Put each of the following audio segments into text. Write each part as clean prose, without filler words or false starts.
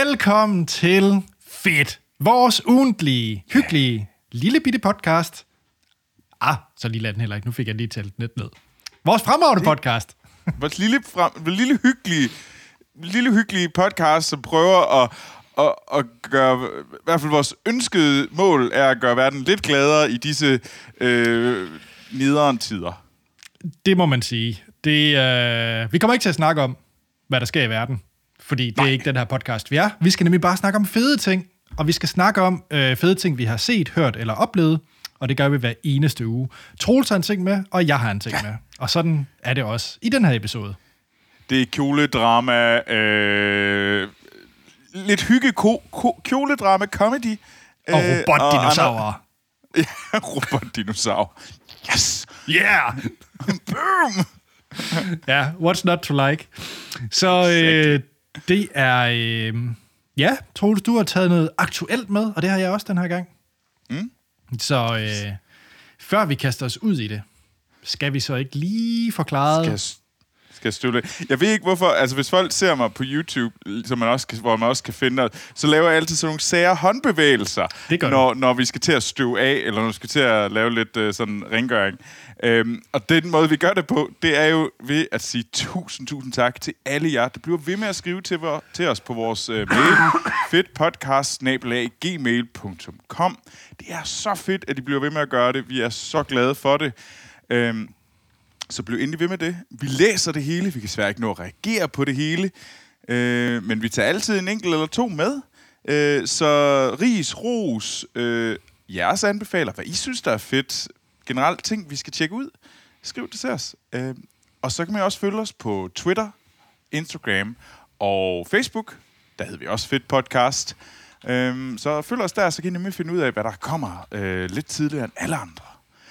Velkommen til Fedt, vores ugentlige, hyggelige, lille bitte podcast. Så lille er den heller ikke. Nu fik jeg lige talt lidt ned. Vores fremragende podcast. Vores lille hyggelige podcast, som prøver at gøre, i hvert fald vores ønskede mål er at gøre verden lidt gladere i disse nederen tider. Det må man sige. Vi kommer ikke til at snakke om, hvad der sker i verden, fordi det er ikke den her podcast, vi er. Vi skal nemlig bare snakke om fede ting, og vi skal snakke om fede ting, vi har set, hørt eller oplevet, og det gør vi hver eneste uge. Troels har en ting med, og jeg har en ting med. Og sådan er det også i den her episode. Det er kjoledrama, lidt kjoledrama comedy. Og robotdinosaurer. Ja, robotdinosaur. Yes! Yeah! Boom! Ja, what's not to like? Så det er... Troels, du har taget noget aktuelt med, og det har jeg også den her gang. Mm. Så før vi kaster os ud i det, skal vi så ikke lige forklare... Skal støtte. Jeg ved ikke hvorfor, altså hvis folk ser mig på YouTube, hvor man også kan finde det, så laver jeg altid sådan nogle sære håndbevægelser, når vi skal til at støve af, eller når vi skal til at lave lidt sådan rengøring. Og den måde, vi gør det på, det er jo ved at sige tusind tak til alle jer, der bliver ved med at skrive til os på vores mail, fedtpodcast@gmail.com. Det er så fedt, at I bliver ved med at gøre det. Vi er så glade for det. Så bliv endelig ved med det. Vi læser det hele. Vi kan svært ikke nå at reagere på det hele. Men vi tager altid en enkelt eller to med. Så ris, ros, jeres anbefaler, hvad I synes, der er fedt. Generelt ting, vi skal tjekke ud. Skriv det til os. Og så kan man også følge os på Twitter, Instagram og Facebook. Der hedder vi også Fedt Podcast. Så følg os der, så kan I nemlig finde ud af, hvad der kommer lidt tidligere end alle andre.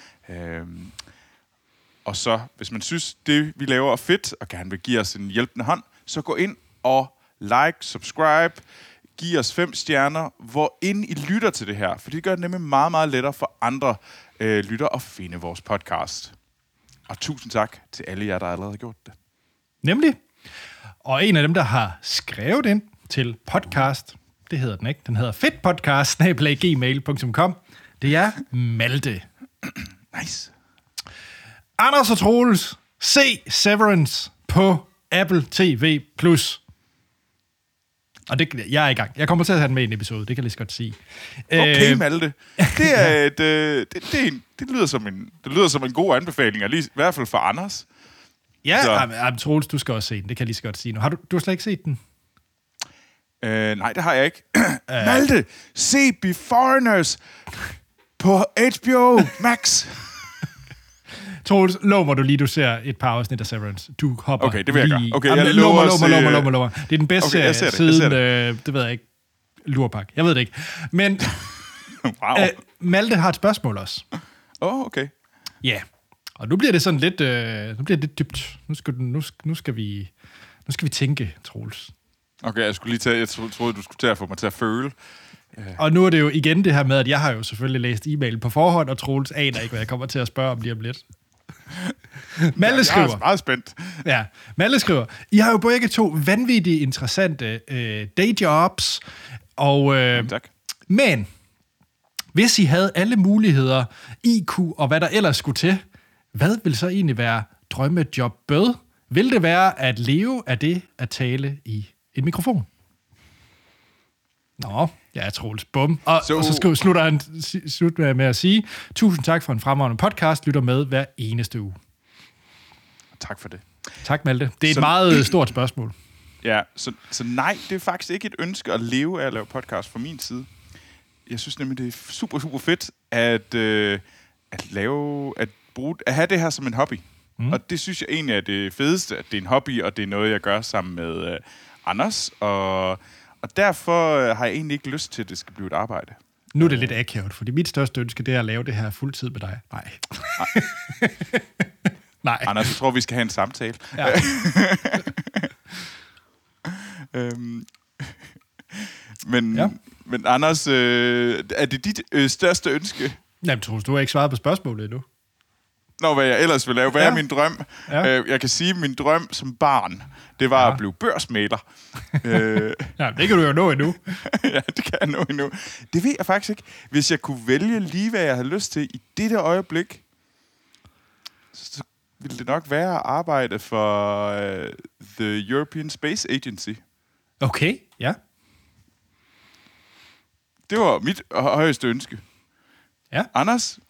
Og så, hvis man synes, det vi laver er fedt, og gerne vil give os en hjælpende hånd, så gå ind og like, subscribe, giv os 5 stjerner, hvor ind I lytter til det her. For det gør det nemlig meget, meget lettere for andre lyttere at finde vores podcast. Og tusind tak til alle jer, der allerede har gjort det. Nemlig. Og en af dem, der har skrevet ind til podcast, det hedder den ikke, den hedder fedtpodcast@gmail.com. Det er Malte. Nice. Anders og Troels, se Severance på Apple TV+. Og jeg er i gang. Jeg kommer til at have den med i en episode, det kan jeg lige så godt sige. Okay, Malte. Det er det lyder som en god anbefaling, i hvert fald for Anders. Ja, Troels, du skal også se den, det kan jeg lige så godt sige nu. Du har slet ikke set den? Nej, det har jeg ikke. Malte, se Beforeigners på HBO Max. Troels, lov mig du lige, du ser et par afsnit af Severance. Du hopper. Okay, det vil jeg gøre. Okay, jeg lover. Det er den bedste serie siden, det ved jeg ikke, Lurpak. Jeg ved det ikke. Men wow. Malte har et spørgsmål også. Okay. Ja, og nu bliver det sådan lidt, dybt. Nu skal vi tænke, Troels. Okay, jeg troede, du skulle til at få mig til at føle. Og nu er det jo igen det her med, at jeg har jo selvfølgelig læst e-mail på forhånd, og Troels aner ikke, hvad jeg kommer til at spørge om lige om lidt. Malte skriver... Jeg er meget spændt. Ja, Malte skriver, I har jo begge to vanvittigt interessante dayjobs, og... tak. Men, hvis I havde alle muligheder, IQ og hvad der ellers skulle til, hvad vil så egentlig være drømmejobbet? Vil det være at leve af det at tale i en mikrofon? Nå, ja, Troels, bum. Og så slutter han med at sige, tusind tak for en fremragende podcast, lytter med hver eneste uge. Tak for det. Tak, Malte. Det er et meget stort spørgsmål. Ja, så nej, det er faktisk ikke et ønske at leve af at lave podcast fra min side. Jeg synes nemlig, det er super, super fedt at have det her som en hobby. Mm. Og det synes jeg egentlig er det fedeste, at det er en hobby, og det er noget, jeg gør sammen med Anders, og derfor har jeg egentlig ikke lyst til, at det skal blive et arbejde. Nu er det lidt akavet, fordi mit største ønske, det er at lave det her fuldtid med dig. Nej. Nej. Anders, jeg tror, vi skal have en samtale. Ja. Men Anders, er det dit største ønske? Jamen, Troels, du har ikke svaret på spørgsmålet endnu. Nå, hvad jeg ellers vil lave. Hvad er min drøm? Ja. Jeg kan sige, at min drøm som barn, det var at blive børsmægler. Ja, det kan du jo nå endnu. Ja, det kan jeg nå endnu. Det ved jeg faktisk ikke. Hvis jeg kunne vælge lige, hvad jeg havde lyst til i dette øjeblik, så ville det nok være at arbejde for The European Space Agency. Okay, ja. Det var mit højeste ønske. Ja. Anders?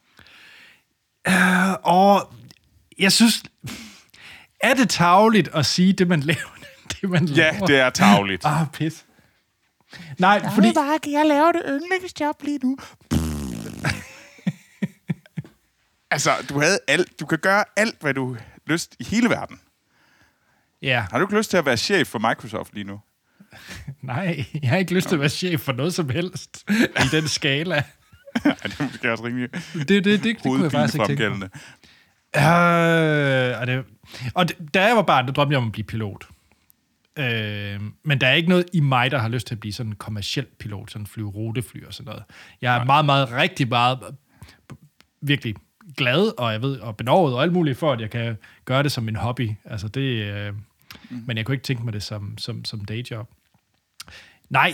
Og jeg synes, er det tarveligt at sige det, man laver? Ja, det er tarveligt. Pis. Nej, fordi... kan jeg lave det yndlingsjob lige nu? Altså, du havde alt. Du kan gøre alt, hvad du har lyst i hele verden. Ja. Har du ikke lyst til at være chef for Microsoft lige nu? Nej, jeg har ikke lyst til at være chef for noget som helst i den skala. Ja, det er måske også rimelig Det kunne jeg faktisk ikke tænke på. Da jeg var barn, der drømte jeg om at blive pilot. Men der er ikke noget i mig, der har lyst til at blive sådan en kommerciel pilot, sådan flyve rutefly og sådan noget. Jeg er rigtig meget virkelig glad, og jeg ved, og benovet og alt muligt for, at jeg kan gøre det som en hobby. Altså det, men jeg kunne ikke tænke mig det som dayjob. Nej,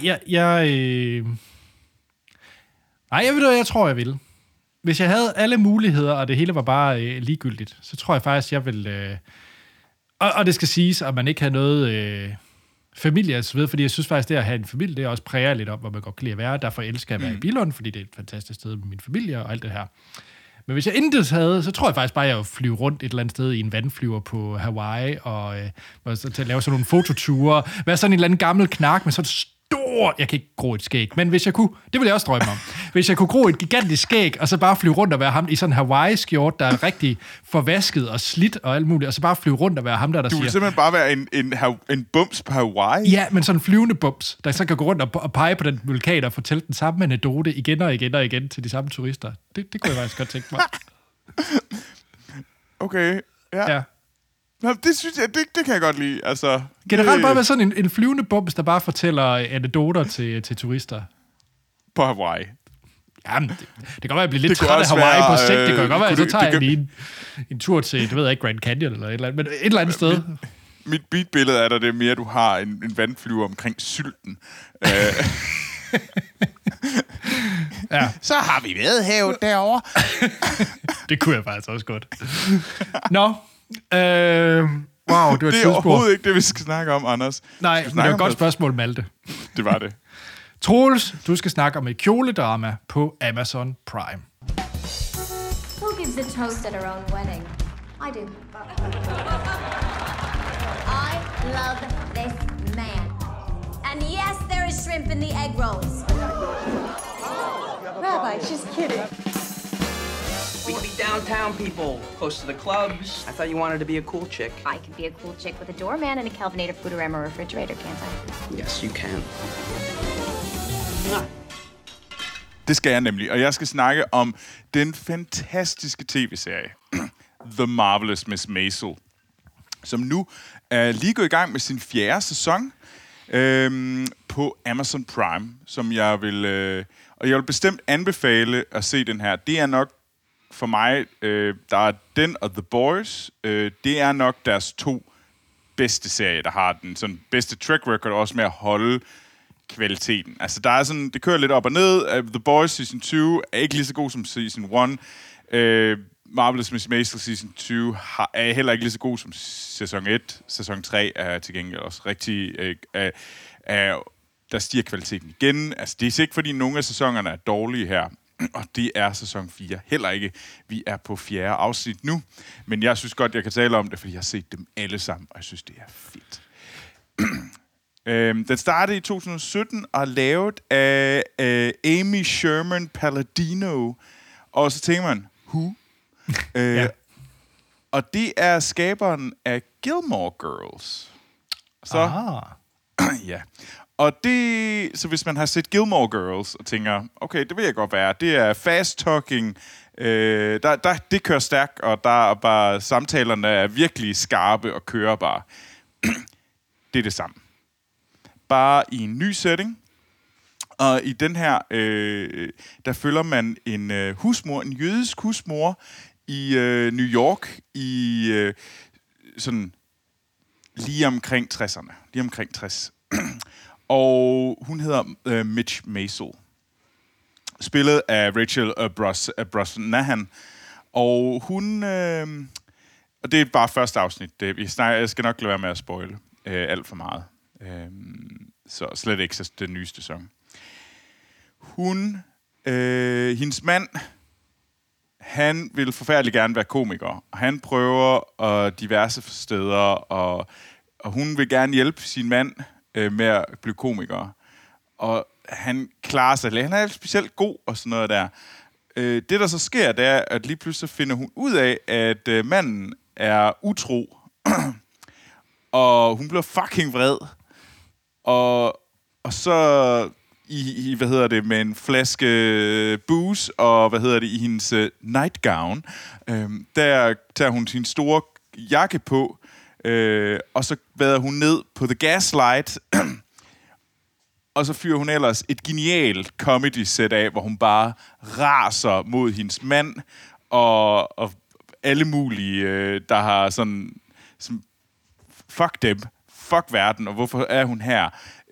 jeg tror, jeg ville. Hvis jeg havde alle muligheder, og det hele var bare ligegyldigt, så tror jeg faktisk, jeg vil... Og det skal siges, at man ikke har noget familie og så videre, fordi jeg synes faktisk, det at have en familie, det er også præger lidt om, hvor man godt kan lide at være. Derfor elsker jeg at være i Billund, fordi det er et fantastisk sted med min familie og alt det her. Men hvis jeg intet havde, så tror jeg faktisk bare, at jeg ville flyve rundt et eller andet sted i en vandflyver på Hawaii, og til at lave sådan nogle fototure, være sådan en eller anden gammel knak med sådan stor... Jeg kan ikke gro et skæg, men hvis jeg kunne... Det ville jeg også drømme om. Hvis jeg kunne gro et gigantisk skæg, og så bare flyve rundt og være ham i sådan en Hawaii-skjort, der er rigtig forvasket og slidt og alt muligt, og så bare flyve rundt og være ham, der siger... Du vil simpelthen bare være en bums på Hawaii? Ja, men sådan en flyvende bums, der så kan gå rundt og pege på den vulkan og fortælle den samme anekdote igen og igen og igen til de samme turister. Det kunne jeg faktisk godt tænke mig. Okay, ja. Nå, det synes jeg, det kan jeg godt lide. Altså, generelt bare være sådan en flyvende bums, der bare fortæller anekdoter til turister. På Hawaii. Jamen, det kan godt være, at jeg bliver lidt træt af Hawaii på sigt. Det kan godt være, at så tager jeg lige en tur til, det ved jeg ikke, Grand Canyon eller et eller andet, men et eller andet sted. Mit beatbillede er der, det er mere, at du har en vandflyver omkring sylten. Ja. Så har vi Vadehavet derovre. Det kunne jeg faktisk også godt. Nå. Wow, det var et det er overhovedet ikke det, vi skal snakke om, Anders. Nej, men det er et godt spørgsmål, Malte. Det var det. Troels, du skal snakke om et kjoledrama på Amazon Prime. Who gives a toast at her own wedding? I do. I love this man. And yes, there is shrimp in the egg rolls. Rabbi, she's kidding. We could be downtown people, close to the clubs. I thought you wanted to be a cool chick. I could be a cool chick with a doorman and a Kelvinator Foodorama refrigerator, can't I? Yes, you can. Det skal jeg nemlig, og jeg skal snakke om den fantastiske tv-serie, The Marvelous Miss Maisel, som nu er lige gået i gang med sin 4. sæson på Amazon Prime, som jeg vil... og jeg vil bestemt anbefale at se den her. Det er nok for mig, der er den og The Boys, det er nok deres 2 bedste serier, der har den sådan bedste track record, også med at holde kvaliteten. Altså, der er sådan, det kører lidt op og ned. The Boys Season 2 er ikke lige så god som Season 1. Marvelous Miss Maisel Season 2 er heller ikke lige så god som Sæson 1. Sæson 3 er til gengæld også rigtig... der stiger kvaliteten igen. Altså, det er ikke, fordi nogle af sæsonerne er dårlige her. Og det er sæson 4 heller ikke. Vi er på 4. afsnit nu. Men jeg synes godt, jeg kan tale om det, fordi jeg har set dem alle sammen, og jeg synes, det er fedt. Den startede i 2017 og er lavet af Amy Sherman Palladino. Og så tænker man, who? Ja. Og det er skaberen af Gilmore Girls. Så, ja. Og det, så hvis man har set Gilmore Girls og tænker, okay, det vil jeg godt være. Det er fast-talking. Det kører stærkt, og der er bare samtalerne er virkelig skarpe og kørebare. Det er det samme. Bare i en ny setting. Og i den her, der følger man en husmor, en jødisk husmor, i New York i sådan lige omkring 60'erne. Lige omkring 60. Og hun hedder Mitch Maisel. Spillet af Rachel Brosnahan. Og hun... og det er bare første afsnit. Jeg skal nok lade være med at spoile alt for meget. Så slet ikke så den nye sæson. Hendes mand, han vil forfærdeligt gerne være komiker. Og han prøver diverse steder, og hun vil gerne hjælpe sin mand med at blive komiker. Og han klarer sig. Han er specielt god og sådan noget der. Det, der så sker, det er, at lige pludselig finder hun ud af, at manden er utro. Og hun bliver fucking vred. Og så med en flaske booze og i hendes nightgown, der tager hun sin store jakke på, og så vader hun ned på The Gaslight, og så fyrer hun ellers et genialt comedy-set af, hvor hun bare raser mod hendes mand, og alle mulige, der har sådan fuck dem, fuck verden, og hvorfor er hun her?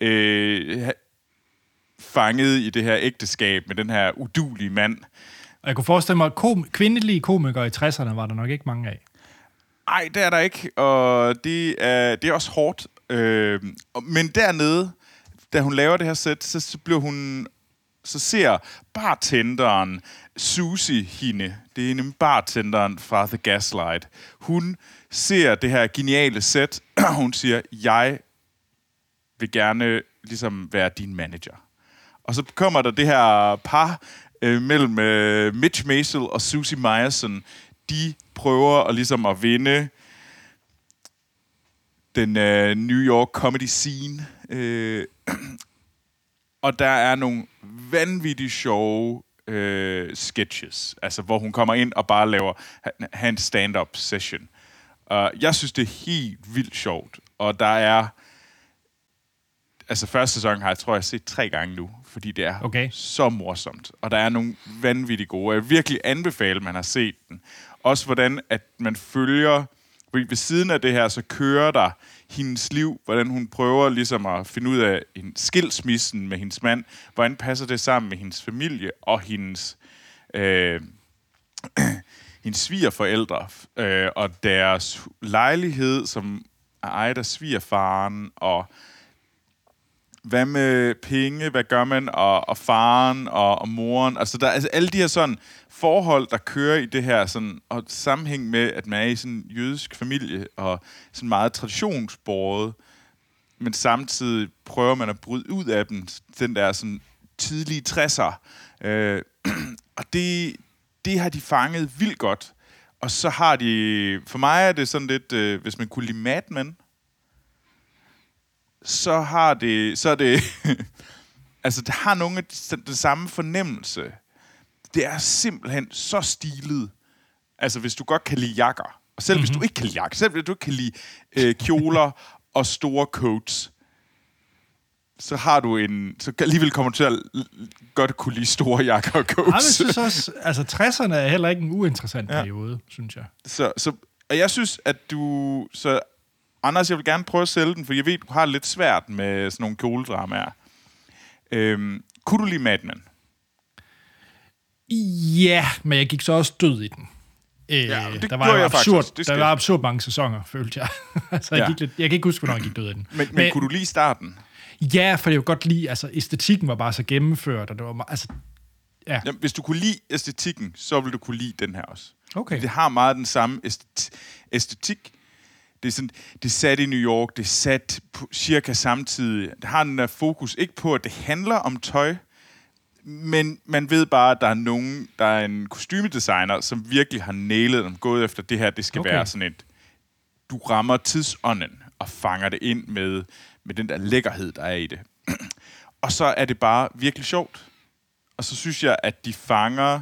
Fanget i det her ægteskab med den her udulige mand. Og jeg kunne forestille mig, at kvindelige komikere i 60'erne var der nok ikke mange af. Nej, det er der ikke, og det er også hårdt. Men dernede, da hun laver det her sæt, så ser bartenderen Susie hende. Det er nemlig bartenderen fra The Gaslight. Hun ser det her geniale sæt, og hun siger, jeg vil gerne ligesom være din manager. Og så kommer der det her par mellem Mitch Maisel og Susie Meyerson. De prøver at vinde den New York comedy scene. Og der er nogle vanvittigt sjove sketches, altså hvor hun kommer ind og bare laver en stand-up session. Jeg synes, det er helt vildt sjovt. Og der er... Altså, første sæson har jeg set 3 gange nu, fordi det er så morsomt. Og der er nogle vanvittigt gode. Jeg vil virkelig anbefale, at man har set den. Også hvordan, at man følger... Ved siden af det her, så kører der hendes liv, hvordan hun prøver ligesom at finde ud af en skilsmissen med hendes mand. Hvordan passer det sammen med hendes familie og hendes svigerforældre. Og deres lejlighed, som er ejet af svigerfaren, og... Hvad med penge? Hvad gør man? Og faren og moren? Altså, der er alle de her sådan forhold, der kører i det her sådan, og sammenhæng med, at man er i sådan en jødisk familie, og sådan meget traditionsbåret, men samtidig prøver man at bryde ud af dem, den der sådan tidlige 60'er. Og det har de fanget vildt godt. Og så har de... For mig er det sådan lidt... hvis man kunne lide Mad Men, så er det altså det har nogle af den samme fornemmelse. Det er simpelthen så stilet. Altså hvis du godt kan lide jakker, og selv hvis du ikke kan lide jakker, selv hvis du ikke kan lide kjoler og store coats, så har du så alligevel kommer du til at godt kunne lide store jakker og coats. Jeg synes også, altså 60'erne er heller ikke en uinteressant periode, synes jeg. Og jeg synes, at Anders, jeg vil gerne prøve at sælge den, for jeg ved, du har det lidt svært med sådan nogle kjoledramaer. Kunne du lide Mad Men? Ja, men jeg gik så også død i den. Der var absurd mange sæsoner, følte jeg. Altså, jeg kan ikke huske, hvornår jeg gik død i den. Men kunne du lide starten? Ja, for jeg kunne godt lide, altså æstetikken var bare så gennemført, og det var altså... Ja. Jamen, hvis du kunne lide æstetikken, så ville du kunne lide den her også. Okay. Det har meget den samme æstetik. Det er sat i New York, det er sat cirka samtidig. Det har den der fokus ikke på, at det handler om tøj, men man ved bare, at der er en kostymedesigner, som virkelig har nailet dem, gået efter det her, det skal være sådan et, du rammer tidsånden og fanger det ind med den der lækkerhed, der er i det. Og så er det bare virkelig sjovt. Og så synes jeg, at de fanger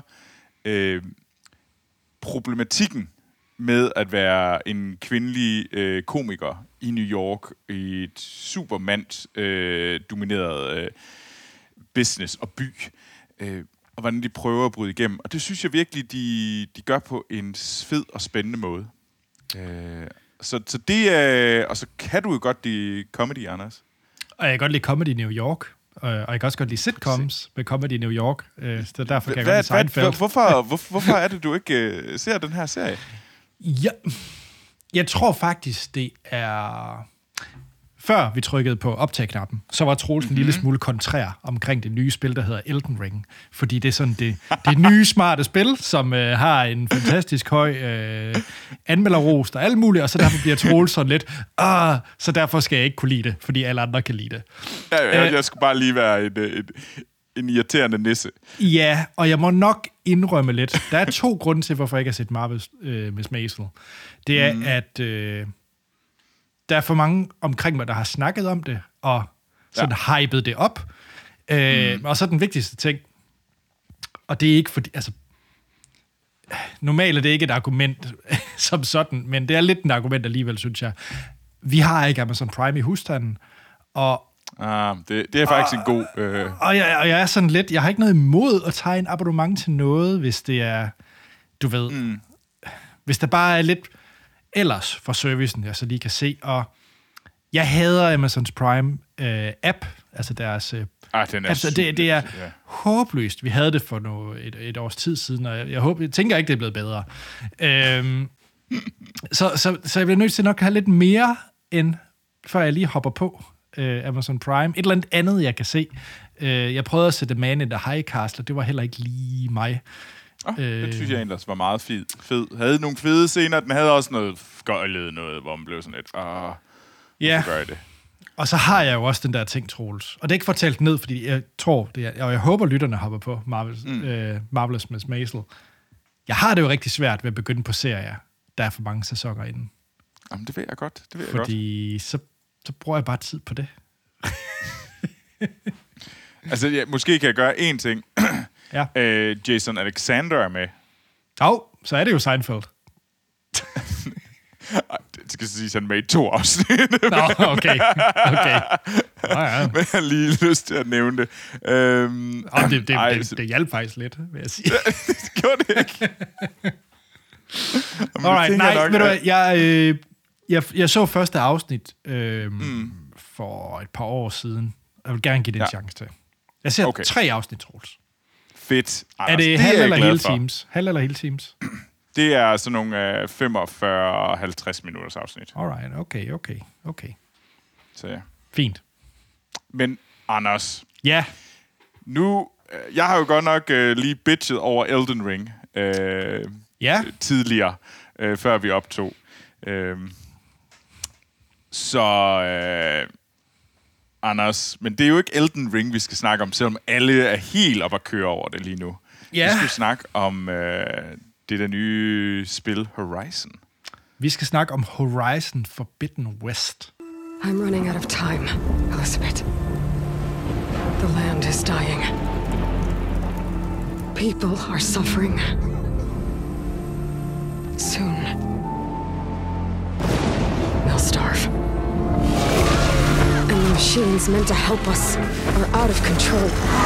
problematikken med at være en kvindelig komiker i New York i et supermands domineret business og by. og hvordan de prøver at bryde igennem. Og det synes jeg virkelig, de gør på en fed og spændende måde. Så det er... Og så kan du jo godt lide comedy, Anders. Og jeg kan godt lide Comedy New York. Og jeg kan også godt lide sitcoms med Comedy New York. Så derfor kan jeg godt lide Seinfeld. Hvorfor er det, du ikke ser den her serie? Ja, jeg tror faktisk, det er... Før vi trykkede på optag-knappen, så var Troels en lille smule kontrær omkring det nye spil, der hedder Elden Ring. Fordi det er sådan det nye smarte spil, som har en fantastisk høj anmelderros og alt muligt, og så derfor bliver Troels sådan lidt, så derfor skal jeg ikke kunne lide det, fordi alle andre kan lide det. Jeg skulle bare lige være en irriterende nisse. Ja, og jeg må nok indrømme lidt. Der er 2 grunde til, hvorfor jeg ikke har set Marvel's Miss Maisel. Det er, at... der er for mange omkring mig, der har snakket om det, og sådan hypet det op. Og så den vigtigste ting, og det er ikke fordi, altså, normalt er det ikke et argument som sådan, men det er lidt et argument alligevel, synes jeg. Vi har ikke Amazon Prime i husstanden, og det er faktisk en god... Og jeg er sådan lidt, jeg har ikke noget imod at tage en abonnement til noget, hvis det er, du ved, hvis der bare er lidt ellers for servicen, jeg så lige kan se. Og jeg hader Amazons Prime app, altså deres den er app, det er håbløst. Vi havde det for et års tid siden, og jeg tænker ikke, det er blevet bedre. Så jeg bliver nødt til nok at have lidt mere, end før jeg lige hopper på Amazon Prime. Et eller andet, jeg kan se. Jeg prøvede at sætte Man in the High Castle, og det var heller ikke lige mig. Det synes jeg egentlig var meget fed. Havde nogle fede scener, den havde også noget gøjlet noget, hvor man blev sådan lidt, ja. Gør jeg det? Og så har jeg jo også den der ting, Troels. Og det er ikke fortalt ned, fordi jeg tror, det er, og jeg håber, lytterne hopper på Marvelous Miss Maisel. Jeg har det jo rigtig svært ved at begynde på serier, der er for mange sæsoner inden. Jamen, det ved jeg godt. Fordi så bruger jeg bare tid på det. Altså, måske kan jeg gøre én ting. Ja. Jason Alexander er med. Så er det jo Seinfeld. Det skal sige, at han er med i 2 afsnit. Okay. Ja. Men jeg har lige lyst til at nævne det. Det hjalp faktisk lidt, vil jeg sige. Det gjorde det ikke. Alright, nej, ved du hvad, jeg så første afsnit for et par år siden. Jeg vil gerne give det en chance til. Jeg ser 3 afsnit, Troels. Fedt. Er det halv eller hele teams? Halv eller hele teams? Det er sådan nogle 45-50 minutters afsnit. Alright, okay. Så ja. Fint. Men Anders. Ja. Nu, jeg har jo godt nok lige bitchet over Elden Ring tidligere, før vi optog. Anders, men det er jo ikke Elden Ring, vi skal snakke om, selvom alle er helt op at køre over det lige nu. Vi skal snakke om det der nye spil Horizon. Vi skal snakke om Horizon Forbidden West. I'm running out of time, Elizabeth. The land is dying. People are suffering. Soon, they'll starve. And the machines meant to help us are out of control.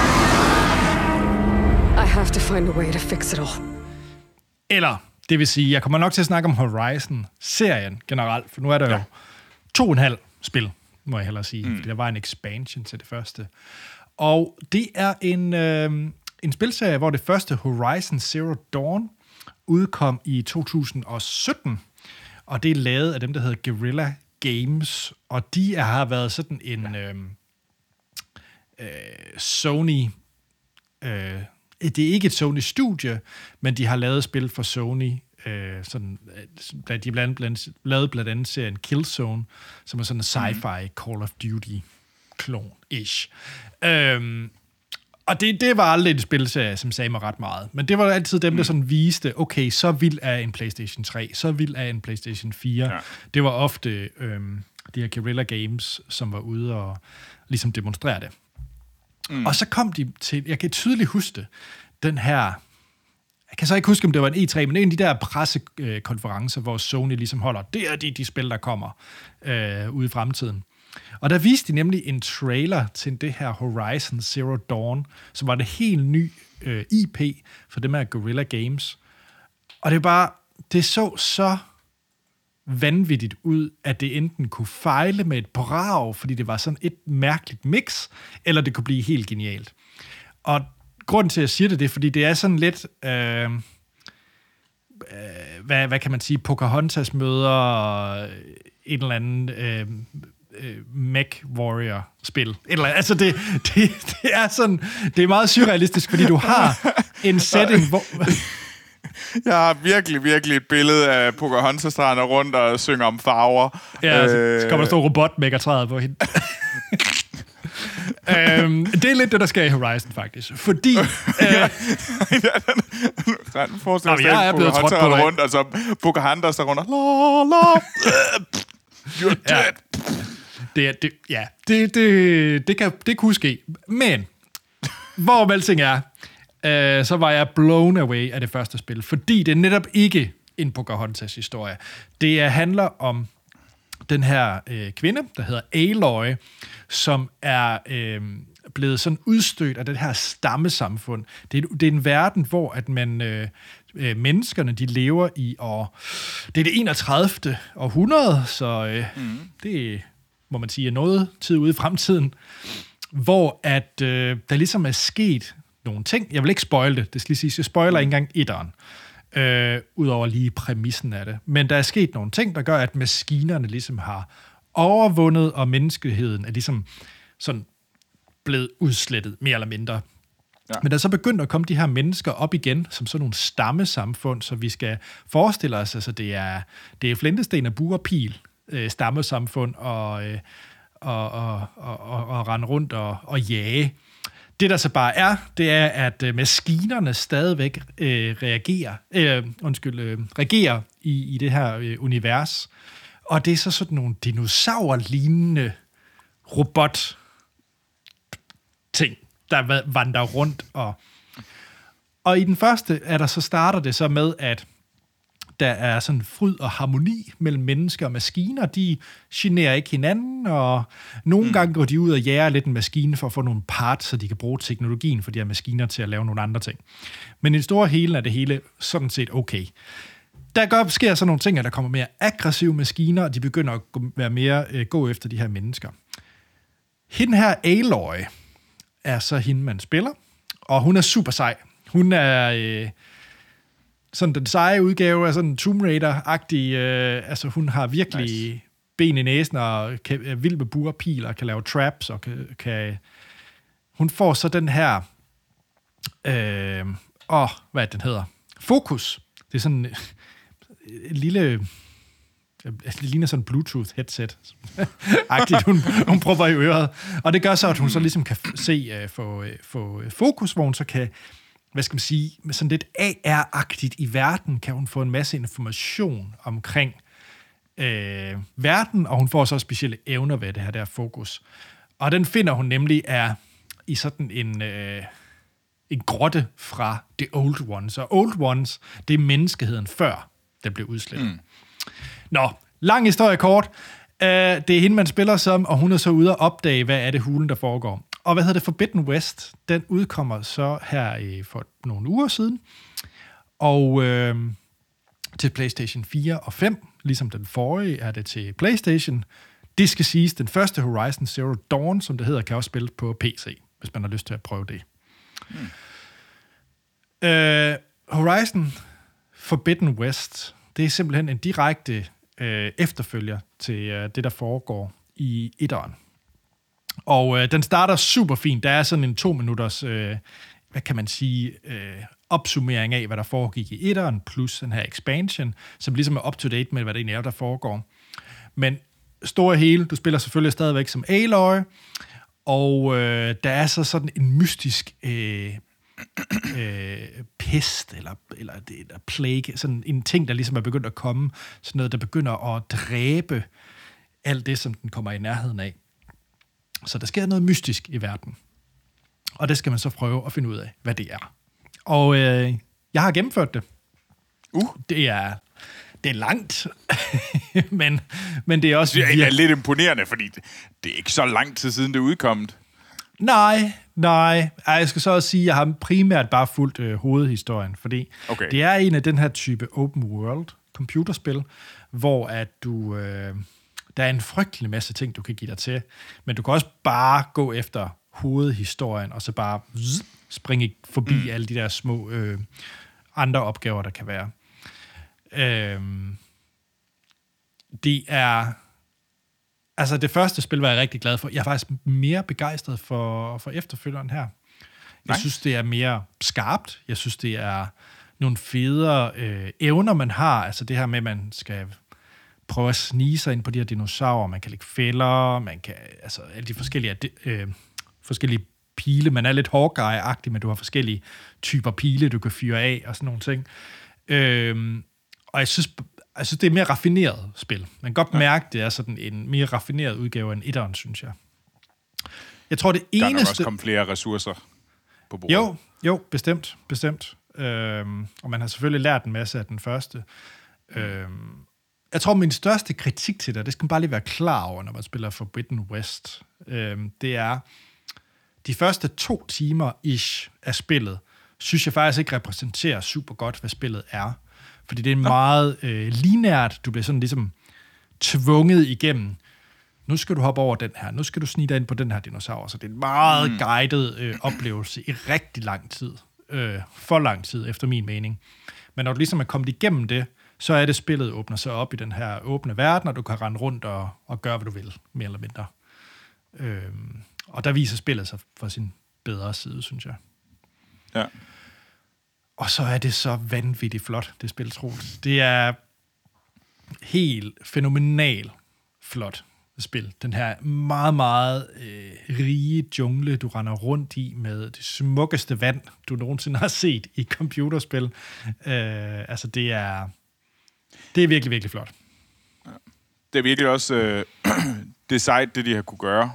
I have to find a way to fix it all. Eller, det vil sige, jeg kommer nok til at snakke om Horizon-serien generelt, for nu er der jo 2,5 spil, må jeg hellere sige, fordi der var en expansion til det første. Og det er en spilserie, hvor det første Horizon Zero Dawn udkom i 2017, og det er lavet af dem, der hedder Guerrilla Games, og de har været sådan en Sony... det er ikke et Sony-studie, men de har lavet spil for Sony. De lavede blandt andet serien Killzone, som er sådan en sci-fi Call of Duty-klon-ish. Og det var aldrig en spilserie, som sagde mig ret meget. Men det var altid dem, der sådan viste, okay, så vild er en PlayStation 3, så vild er en PlayStation 4. Ja. Det var ofte de her Guerrilla Games, som var ude og ligesom demonstrere det. Og så kom de til, jeg kan tydeligt huske det, den her, jeg kan så ikke huske, om det var en E3, men en af de der pressekonferencer, hvor Sony ligesom holder, det er de spil, der kommer ude i fremtiden. Og der viste de nemlig en trailer til det her Horizon Zero Dawn, som var det helt ny IP for det med Guerrilla Games. Og det så vanvittigt ud, at det enten kunne fejle med et brag, fordi det var sådan et mærkeligt mix, eller det kunne blive helt genialt. Og grunden til, at jeg siger det, er, fordi det er sådan lidt, hvad kan man sige, Pocahontas møder en eller anden Mech Warrior-spil. Altså det er sådan, det er meget surrealistisk, fordi du har en setting, hvor... Jeg har virkelig et billede af Pocahontas, der render rundt og synger om farver. Ja, så kommer der stå robot-megatræet på hende. Det er lidt det, der sker i Horizon, faktisk. Fordi... Jeg er blevet trådt på rundt, altså Pocahontas, der runder... You're dead. Det kunne ske. Men, hvor alting er, så var jeg blown away af det første spil, fordi det er netop ikke en Pocahontas-historie. Det handler om den her kvinde, der hedder Aloy, som er blevet sådan udstødt af det her stammesamfund. Det er en verden, hvor at menneskerne, de lever i år... Det er det 31. århundrede, så det må man sige er noget tid ude i fremtiden, hvor at der ligesom er sket nogle ting. Jeg vil ikke spoile det. Det skal lige sige, jeg spoiler ikke engang etteren. Udover lige præmissen af det. Men der er sket nogle ting, der gør, at maskinerne ligesom har overvundet, og menneskeheden er ligesom sådan blevet udslettet, mere eller mindre. Ja. Men der er så begyndt at komme de her mennesker op igen, som sådan nogle stammesamfund, så vi skal forestille os, altså det er flintesten og bue og pil, stammesamfund, og rende rundt og jage. Det, der så bare det er, at maskinerne stadigvæk reagerer i det her univers. Og det er så sådan nogle dinosaur-lignende robot-ting, der vandrer rundt. Og i den første starter det så med, at der er sådan fryd og harmoni mellem mennesker og maskiner. De generer ikke hinanden, og nogle gange går de ud og jager lidt en maskine for at få nogle parts, så de kan bruge teknologien for de her maskiner til at lave nogle andre ting. Men i det store hele er det hele sådan set okay. Der sker så nogle ting, at der kommer mere aggressive maskiner, og de begynder at gå efter de her mennesker. Hende her, Aloy, er så hende, man spiller, og hun er super sej. Hun er... sådan den seje udgave af sådan en Tomb Raider-agtig, altså hun har virkelig ben i næsen, og er vild med bur og pil, og kan lave traps, og kan hun får så den her, hvad den hedder? Fokus. Det er sådan en lille, det ligner sådan en Bluetooth-headset, agtigt, hun prøver i øret, og det gør så, at hun så ligesom kan få fokus, hvor hun så kan, hvad skal man sige, med sådan lidt AR-agtigt i verden, kan hun få en masse information omkring verden, og hun får så specielle evner ved det her der fokus. Og den finder hun nemlig i sådan en grotte fra The Old Ones. Og Old Ones, det er menneskeheden før den blev udslettet. Nå, lang historie kort. Det er hende, man spiller som, og hun er så ude og opdage, hvad er det hulen, der foregår. Og Forbidden West, den udkommer så her for nogle uger siden. Og til PlayStation 4 og 5, ligesom den forrige, er det til PlayStation. Det skal siges, den første Horizon Zero Dawn, som det hedder, kan også spille på PC, hvis man har lyst til at prøve det. Horizon Forbidden West, det er simpelthen en direkte efterfølger til det, der foregår i etteren. Og den starter super fint. Der er sådan en 2 minutters, hvad kan man sige, opsummering af, hvad der foregik i etteren, plus den her expansion, som ligesom er up-to-date med, hvad det egentlig er, der foregår. Men store hele, du spiller selvfølgelig stadigvæk som Aloy, og der er så sådan en mystisk pest, eller plague, sådan en ting, der ligesom er begyndt at komme, sådan noget, der begynder at dræbe alt det, som den kommer i nærheden af. Så der sker noget mystisk i verden. Og det skal man så prøve at finde ud af, hvad det er. Og jeg har gennemført det. Det Det er langt, men det er også... Det er lidt imponerende, fordi det er ikke så lang tid siden, det er udkommet. Nej. Jeg skal så også sige, at jeg har primært bare fulgt hovedhistorien, fordi det er en af den her type open world computerspil, hvor at du... der er en frygtelig masse ting, du kan give dig til, men du kan også bare gå efter hovedhistorien, og så bare springe forbi alle de der små andre opgaver, der kan være. Det er... Altså, det første spil var jeg rigtig glad for. Jeg er faktisk mere begejstret for efterfølgeren her. Jeg synes, det er mere skarpt. Jeg synes, det er nogle federe evner, man har. Altså det her med, at man skal prøve at snige sig ind på de her dinosaurer. Man kan lægge fælder, man kan... Altså, alle de forskellige pile. Man er lidt Hawkeye-agtig, men du har forskellige typer pile, du kan fyre af, og sådan nogle ting. Og jeg synes, det er et mere raffineret spil. Man kan godt mærke, det er sådan en mere raffineret udgave end etteren, synes jeg. Jeg tror, det eneste... Der er også kommet flere ressourcer på bordet. Jo, bestemt. Og man har selvfølgelig lært en masse af den første. Jeg tror, min største kritik til det skal man bare lige være klar over, når man spiller Forbidden West. Det er, de første 2 timer-ish af spillet, synes jeg faktisk ikke repræsenterer super godt, hvad spillet er. Fordi det er meget lineært. Du bliver sådan ligesom tvunget igennem. Nu skal du hoppe over den her. Nu skal du snige dig ind på den her dinosaur. Så det er en meget guided oplevelse i rigtig lang tid. For lang tid, efter min mening. Men når du ligesom er kommet igennem det, så er det, spillet åbner sig op i den her åbne verden, og du kan rende rundt og gøre, hvad du vil, mere eller mindre. Og der viser spillet sig fra sin bedre side, synes jeg. Ja. Og så er det så vanvittigt flot, det spil, Troels. Det er helt fænomenalt flot spil. Den her meget, meget rige jungle, du render rundt i med det smukkeste vand, du nogensinde har set i computerspil. Altså, det er virkelig, virkelig flot. Ja. Det er virkelig også det sejt, det de har kunne gøre.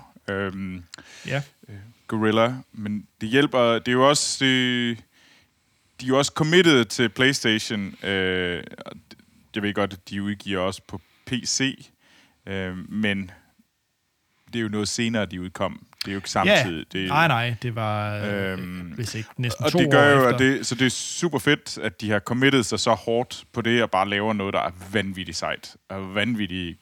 Guerrilla. Men det hjælper... Det er jo også... De er jo også committed til PlayStation. Jeg ved godt, at de udgiver også på PC. Men det er jo noget senere, de udkom. Det er jo ikke samtidig. Ja. Nej, det var hvis ikke næsten 2 år det gør efter. Jo, så det er super fedt, at de har committed sig så hårdt på det, og bare laver noget, der er vanvittigt sejt. Og vanvittigt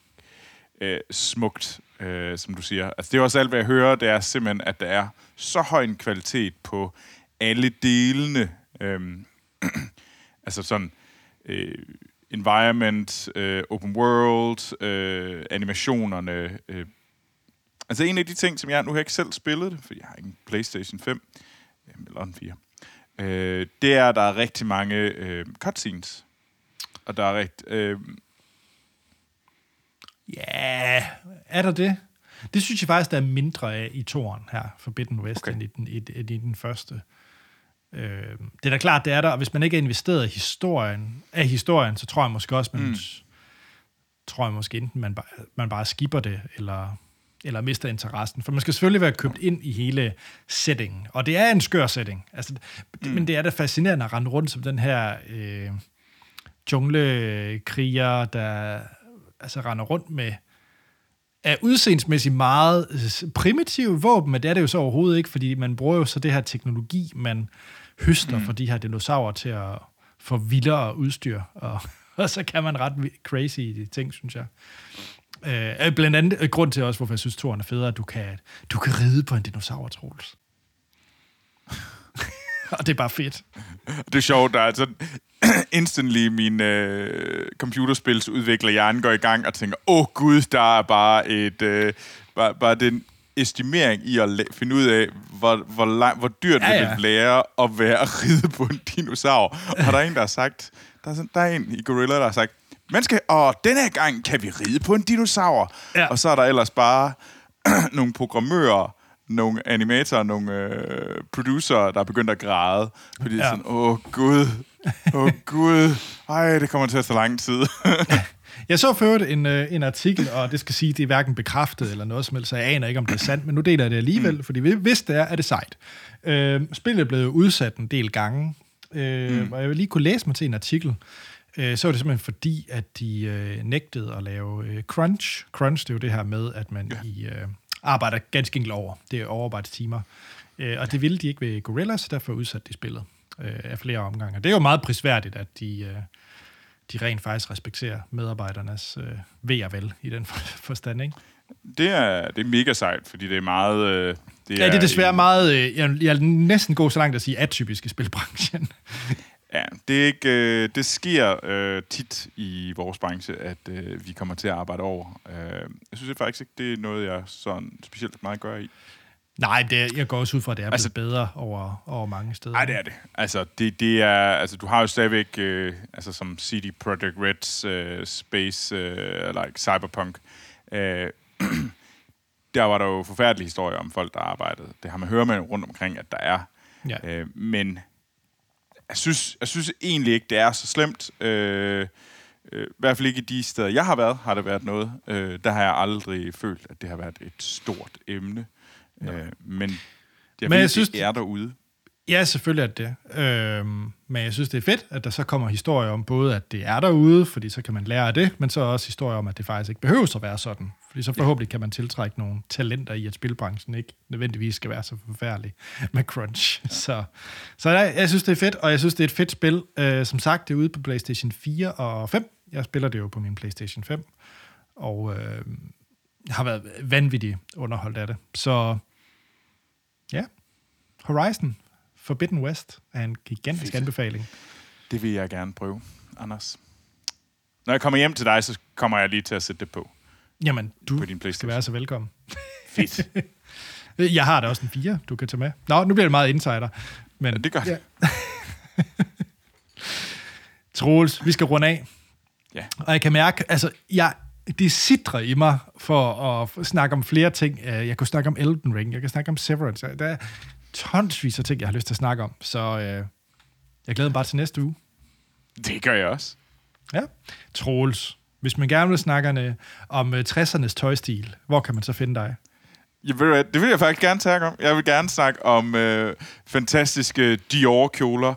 smukt, som du siger. Altså, det er også alt, hvad jeg hører, det er simpelthen, at der er så høj en kvalitet på alle delene. Altså sådan environment, open world, animationerne. Altså en af de ting, som jeg nu har ikke selv spillet det, for jeg har ikke en PlayStation 5, eller en 4, det er, at der er rigtig mange cutscenes. Og der er Ja, er der det? Det synes jeg faktisk, der er mindre af i toren her, Forbidden West, end i den første. Det er da klart, det er der, og hvis man ikke er investeret i historien, så tror jeg måske også, enten man bare skipper det, eller mister interessen. For man skal selvfølgelig være købt ind i hele settingen, og det er en skør setting. Altså, men det er da fascinerende at rende rundt som den her junglekriger, der altså render rundt med af udseendsmæssigt meget primitive våben, men det er det jo så overhovedet ikke, fordi man bruger jo så det her teknologi, man høster for de her dinosaurer til at få vildere udstyr, og så kan man ret crazy ting, synes jeg. Blandt andet grund til også, hvorfor jeg synes, toren er federe, at du kan ride på en dinosaur, Troels. Og det er bare fedt. Det er sjovt, der er sådan instantly min computerspilsudvikler hjernen går i gang og tænker, gud, der er bare bare den estimering i at finde ud af, hvor dyrt vil det lære at være at ride på en dinosaur. Og der er en, der har sagt, der er en i Guerrilla, der har sagt, denne her gang kan vi ride på en dinosaur. Ja. Og så er der ellers bare nogle programmører, nogle animatorer, nogle producerer, der er begyndt at græde. Fordi det er sådan, gud, ej, det kommer til at tage lang tid. Jeg så ført en artikel, og det skal sige, det er hverken bekræftet eller noget som helst, så jeg aner ikke, om det er sandt, men nu deler jeg det alligevel, fordi hvis det er det sejt. Spillet er blevet udsat en del gange, og jeg vil lige kunne læse mig til en artikel, så var det simpelthen fordi, at de nægtede at lave crunch. Crunch, det er jo det her med, at man arbejder ganske enkelt over. Det er overarbejdstimer. Og det ville de ikke ved Gorillaz, derfor udsatte de spillet af flere omgange. Det er jo meget prisværdigt, at de rent faktisk respekterer medarbejdernes ved og vel i den forstand, ikke? Det er mega sejt, fordi det er meget... det er desværre meget... jeg er næsten gå så langt at sige atypisk i spilbranchen. Ja, det er ikke, det sker tit i vores branche, at vi kommer til at arbejde over. Jeg synes faktisk ikke, det er noget, jeg sådan specielt meget gør i. Nej, jeg går også ud fra, at det er blevet bedre over mange steder. Nej, det er det. Altså, det er, altså, du har jo stadigvæk, altså som CD Projekt Red's Space, like Cyberpunk, der var der jo forfærdelige historier om folk, der arbejdede. Det har man hørt med rundt omkring, at der er. Ja. Men jeg synes egentlig ikke, det er så slemt. I hvert fald ikke i de steder, jeg har været, har det været noget. Der har jeg aldrig følt, at det har været et stort emne. Men jeg synes, det er derude. Ja, selvfølgelig er det. Men jeg synes, det er fedt, at der så kommer historier om både, at det er derude, fordi så kan man lære af det, men så også historier om, at det faktisk ikke behøver at være sådan. Fordi så forhåbentlig kan man tiltrække nogle talenter i, at spilbranchen ikke nødvendigvis skal være så forfærdelig med crunch. Så jeg synes, det er fedt, og jeg synes, det er et fedt spil. Som sagt, det er ude på PlayStation 4 og 5. Jeg spiller det jo på min PlayStation 5, og jeg har været vanvittigt underholdt af det. Så ja, Horizon Forbidden West er en gigantisk anbefaling. Det vil jeg gerne prøve, Anders. Når jeg kommer hjem til dig, så kommer jeg lige til at sætte det på. Jamen, du skal være så velkommen. Fedt. Jeg har da også en 4, du kan tage med. Nå, nu bliver det meget insider. Men, ja, det gør det. Ja. Troels, vi skal runde af. Ja. Og jeg kan mærke, altså, det sidder i mig for at snakke om flere ting. Jeg kunne snakke om Elden Ring, jeg kan snakke om Severance. Der er tonsvis af ting, jeg har lyst til at snakke om. Så jeg glæder mig bare til næste uge. Det gør jeg også. Ja. Troels, hvis man gerne vil snakke om 60'ernes tøjstil, hvor kan man så finde dig? Det vil jeg faktisk gerne snakke om. Jeg vil gerne snakke om fantastiske Dior-kjoler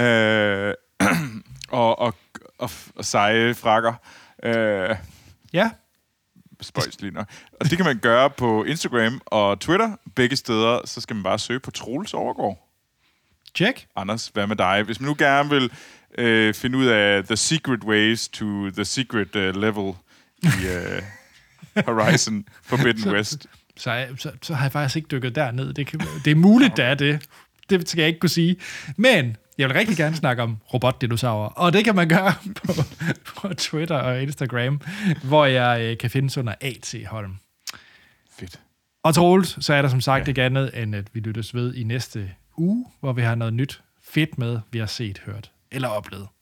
og seje frakker. Ja. Spøjs lige nok. Og det kan man gøre på Instagram og Twitter. Begge steder, så skal man bare søge på Troels Overgaard. Check. Anders, hvad med dig? Hvis man nu gerne vil finde ud af the secret ways to the secret level i Horizon Forbidden West. Så har jeg faktisk ikke dykket derned. Det er muligt, der er det. Det skal jeg ikke kunne sige. Men jeg vil rigtig gerne snakke om robotdinosaurer, og det kan man gøre på Twitter og Instagram, hvor jeg kan findes under A.T. Holm. Fedt. Og Troels, så er der som sagt ikke andet, end at vi lyttes ved i næste uge, hvor vi har noget nyt fedt med, vi har set, hørt eller oplevet.